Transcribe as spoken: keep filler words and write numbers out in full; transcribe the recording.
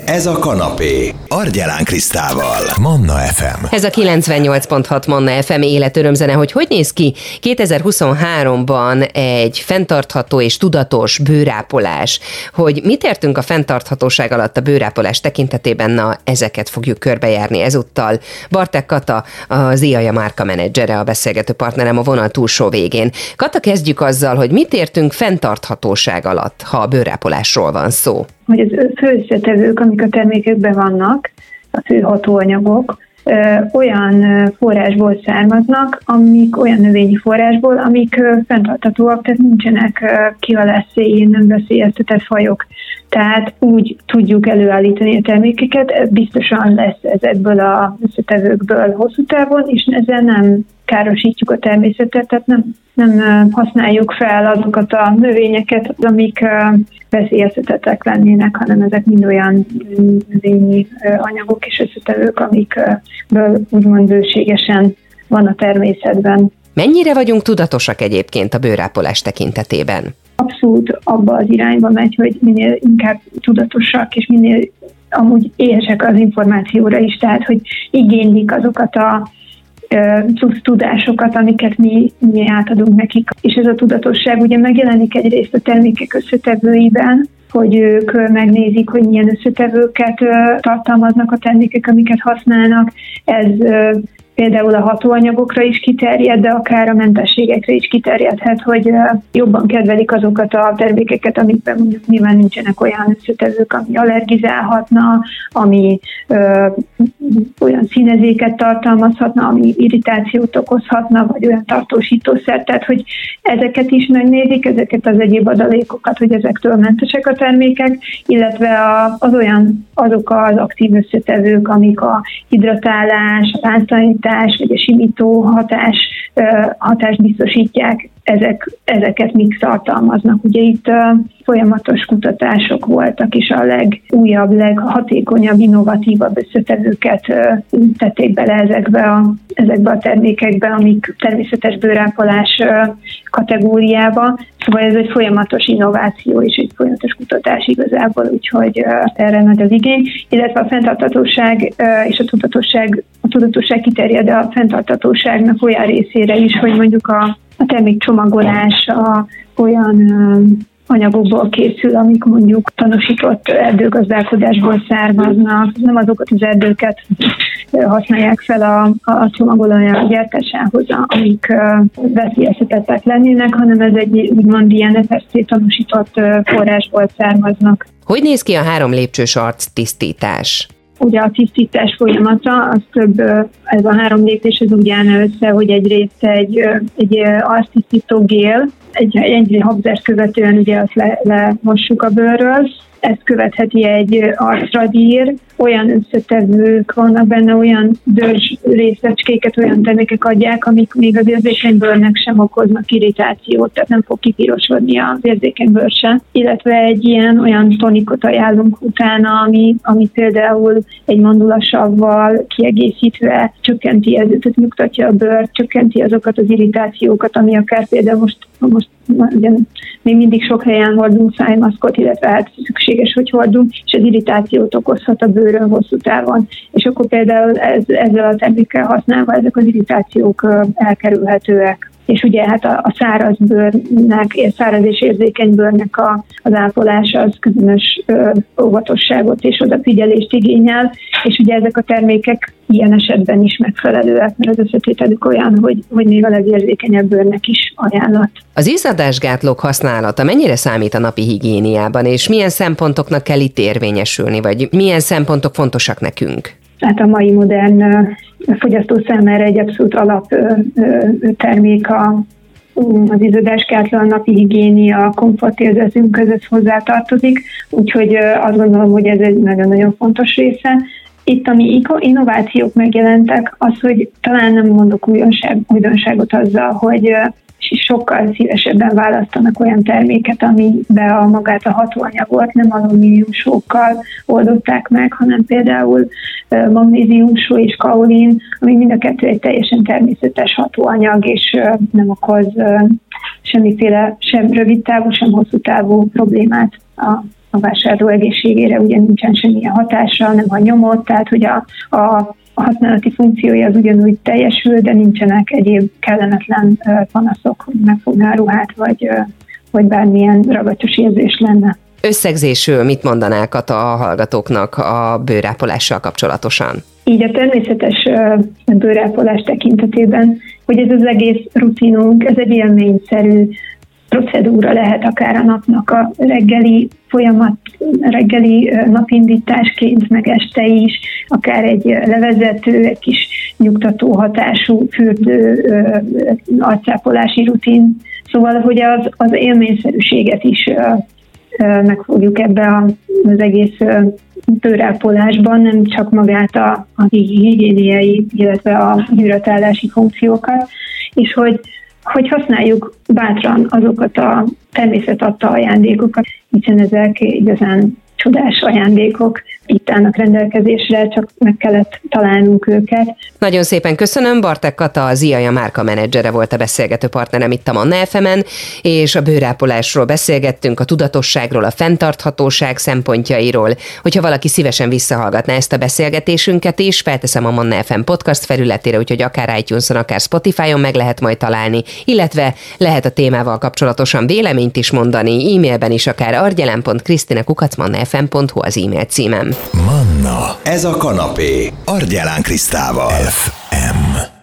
Ez a kanapé. Argyelán Krisztával. Manna ef em. Ez a kilencvennyolc pont hat Manna ef em életörömzene, hogy hogy néz ki kétezer-huszonháromban egy fenntartható és tudatos bőrápolás. Hogy mit értünk a fenntarthatóság alatt a bőrápolás tekintetében, na ezeket fogjuk körbejárni ezúttal. Bartek Kata, az Iaja márka menedzsere, a beszélgető partnerem a vonal túlsó végén. Kata, kezdjük azzal, hogy mit értünk fenntarthatóság alatt, ha a bőrápolásról van szó. Hogy az fő összetevők, amik a termékekben vannak, a fő hatóanyagok, olyan forrásból származnak, amik olyan növényi forrásból, amik fenntarthatóak, tehát nincsenek kihalás szélén nem veszélyeztetett fajok. Tehát úgy tudjuk előállítani a termékeket, biztosan lesz ezekből az összetevőkből hosszú távon, és ezzel nem károsítjuk a természetet, tehát nem, nem használjuk fel azokat a növényeket, amik veszélyeztetettek lennének, hanem ezek mind olyan növényi anyagok és összetevők, amikből úgymond bőségesen van a természetben. Mennyire vagyunk tudatosak egyébként a bőrápolás tekintetében? Abszolút abba az irányba megy, hogy minél inkább tudatosak, és minél amúgy éhesek az információra is, tehát hogy igénylik azokat a plusz tudásokat, amiket mi, mi átadunk nekik. És ez a tudatosság ugye megjelenik egyrészt a termékek összetevőiben, hogy ők megnézik, hogy milyen összetevőket tartalmaznak a termékek, amiket használnak. Ez például a hatóanyagokra is kiterjed, de akár a mentességekre is kiterjedhet, hogy jobban kedvelik azokat a termékeket, amikben mondjuk nyilván nincsenek olyan összetevők, ami allergizálhatna, ami ö, olyan színezéket tartalmazhatna, ami irritációt okozhatna, vagy olyan tartósítószer, tehát hogy ezeket is megnézik, ezeket az egyéb adalékokat, hogy ezektől mentesek a termékek, illetve a, az olyan, azok az aktív összetevők, amik a hidratálás, a lánctalanítás, vagy a simító hatás, hatást biztosítják, ezek, ezeket mik tartalmaznak. Ugye itt folyamatos kutatások voltak, és a legújabb, leghatékonyabb, innovatívabb összetevőket tették bele ezekbe a, ezekbe a termékekbe, amik természetes bőrápolás kategóriába. Szóval ez egy folyamatos innováció és egy folyamatos kutatás igazából, úgyhogy erre nagy az igény. Illetve a fenntarthatóság és a tudatosság, a tudatosság kiterjed a fenntarthatóságnak olyan részére is, hogy mondjuk a A termékcsomagolás a olyan anyagokból készül, amik mondjuk tanúsított erdőgazdálkodásból származnak. Nem azokat az erdőket használják fel a, a csomagolóanyag gyártásához, amik veszélyeztetettek lennének, hanem ez egy úgymond ilyen ef es cé tanúsított forrásból származnak. Hogy néz ki a három lépcsős arctisztítás? Ugye a tisztítás folyamata, az több, ez a három lépés, ez úgy állna össze, hogy egyrészt egy, egy arctisztító gél, egy, egy habzást követően ugye azt le, lemossuk a bőrről, ezt követheti egy arcradír, olyan összetevők vannak benne, olyan dörzs részecskéket, olyan termékek adják, amik még az érzékeny bőrnek sem okoznak irritációt, tehát nem fog kipirosodni az érzékeny bőr sem. Illetve egy ilyen olyan tonikot ajánlunk utána, ami, ami például egy mandulasavval kiegészítve csökkenti ez, tehát nyugtatja a bőrt, csökkenti azokat az irritációkat, ami akár például most, most ugye, még mindig sok helyen hordunk szájmaszkot, illetve hát szükséges, hogy hordunk, és az irritációt okozhat a bőrön hosszú távon. És akkor például ez, ezzel a termékkel használva ezek az irritációk elkerülhetőek. És ugye hát a, a száraz bőrnek, száraz és érzékeny bőrnek a, az ápolása az különös ö, óvatosságot és odafigyelést igényel, és ugye ezek a termékek ilyen esetben is megfelelőek, mert az összetételük olyan, hogy, hogy még a legérzékenyebb bőrnek is ajánlat. Az izzadásgátlók használata mennyire számít a napi higiéniában, és milyen szempontoknak kell itt érvényesülni, vagy milyen szempontok fontosak nekünk? Hát a mai modern fogyasztó számára egy abszolút alap termék az izzadásgátló, a napi higiénia, a komfortérzetünk között hozzátartozik, úgyhogy azt gondolom, hogy ez egy nagyon-nagyon fontos része. Itt, ami innovációk megjelentek, az, hogy talán nem mondok újdonság, újdonságot azzal, hogy sokkal szívesebben választanak olyan terméket, amiben a magát a hatóanyagot nem alumíniumsókkal oldották meg, hanem például magnéziumsó és kaolin, ami mind a kettő egy teljesen természetes hatóanyag, és nem okoz semmiféle sem rövid távú, sem hosszú távú problémát a a vásárló egészségére ugye nincsen semmilyen hatása, nem a nyomot, tehát hogy a, a A használati funkciója az ugyanúgy teljesül, de nincsenek egyéb kellemetlen panaszok, hogy megfogná a ruhát, vagy, vagy bármilyen ragacsos érzés lenne. Összegzésül mit mondanák a hallgatóknak a bőrápolással kapcsolatosan? Így a természetes bőrápolás tekintetében, hogy ez az egész rutinunk, ez egy élményszerű procedúra lehet akár a napnak a reggeli folyamat, reggeli napindításként, meg este is, akár egy levezető, egy kis nyugtató hatású fürdő, arcápolási rutin. Szóval, hogy az, az élményszerűséget is megfogjuk ebbe az egész bőrápolásban, nem csak magát a, a higiéniai, illetve a hidratállási funkciókat, és hogy hogy használjuk bátran azokat a természet adta ajándékokat, hiszen ezek igazán csodás ajándékok itt állnak rendelkezésre, csak meg kellett találnunk őket. Nagyon szépen köszönöm, Bartek Kata, az Iaja márka menedzsere volt a beszélgető partnerem itt a Manna ef emen, és a bőrápolásról beszélgettünk, a tudatosságról, a fenntarthatóság szempontjairól. Hogyha valaki szívesen visszahallgatná ezt a beszélgetésünket is, felteszem a Manna ef em podcast felületére, úgyhogy akár iTunes-on, akár Spotify-on meg lehet majd találni, illetve lehet a témával kapcsolatosan véleményt is mondani, e-mailben is, akár argyelen pont krisztina kukac manna f m pont hu az e-mail címem. Manna, ez a kanapé, Argyelán Krisztával. ef em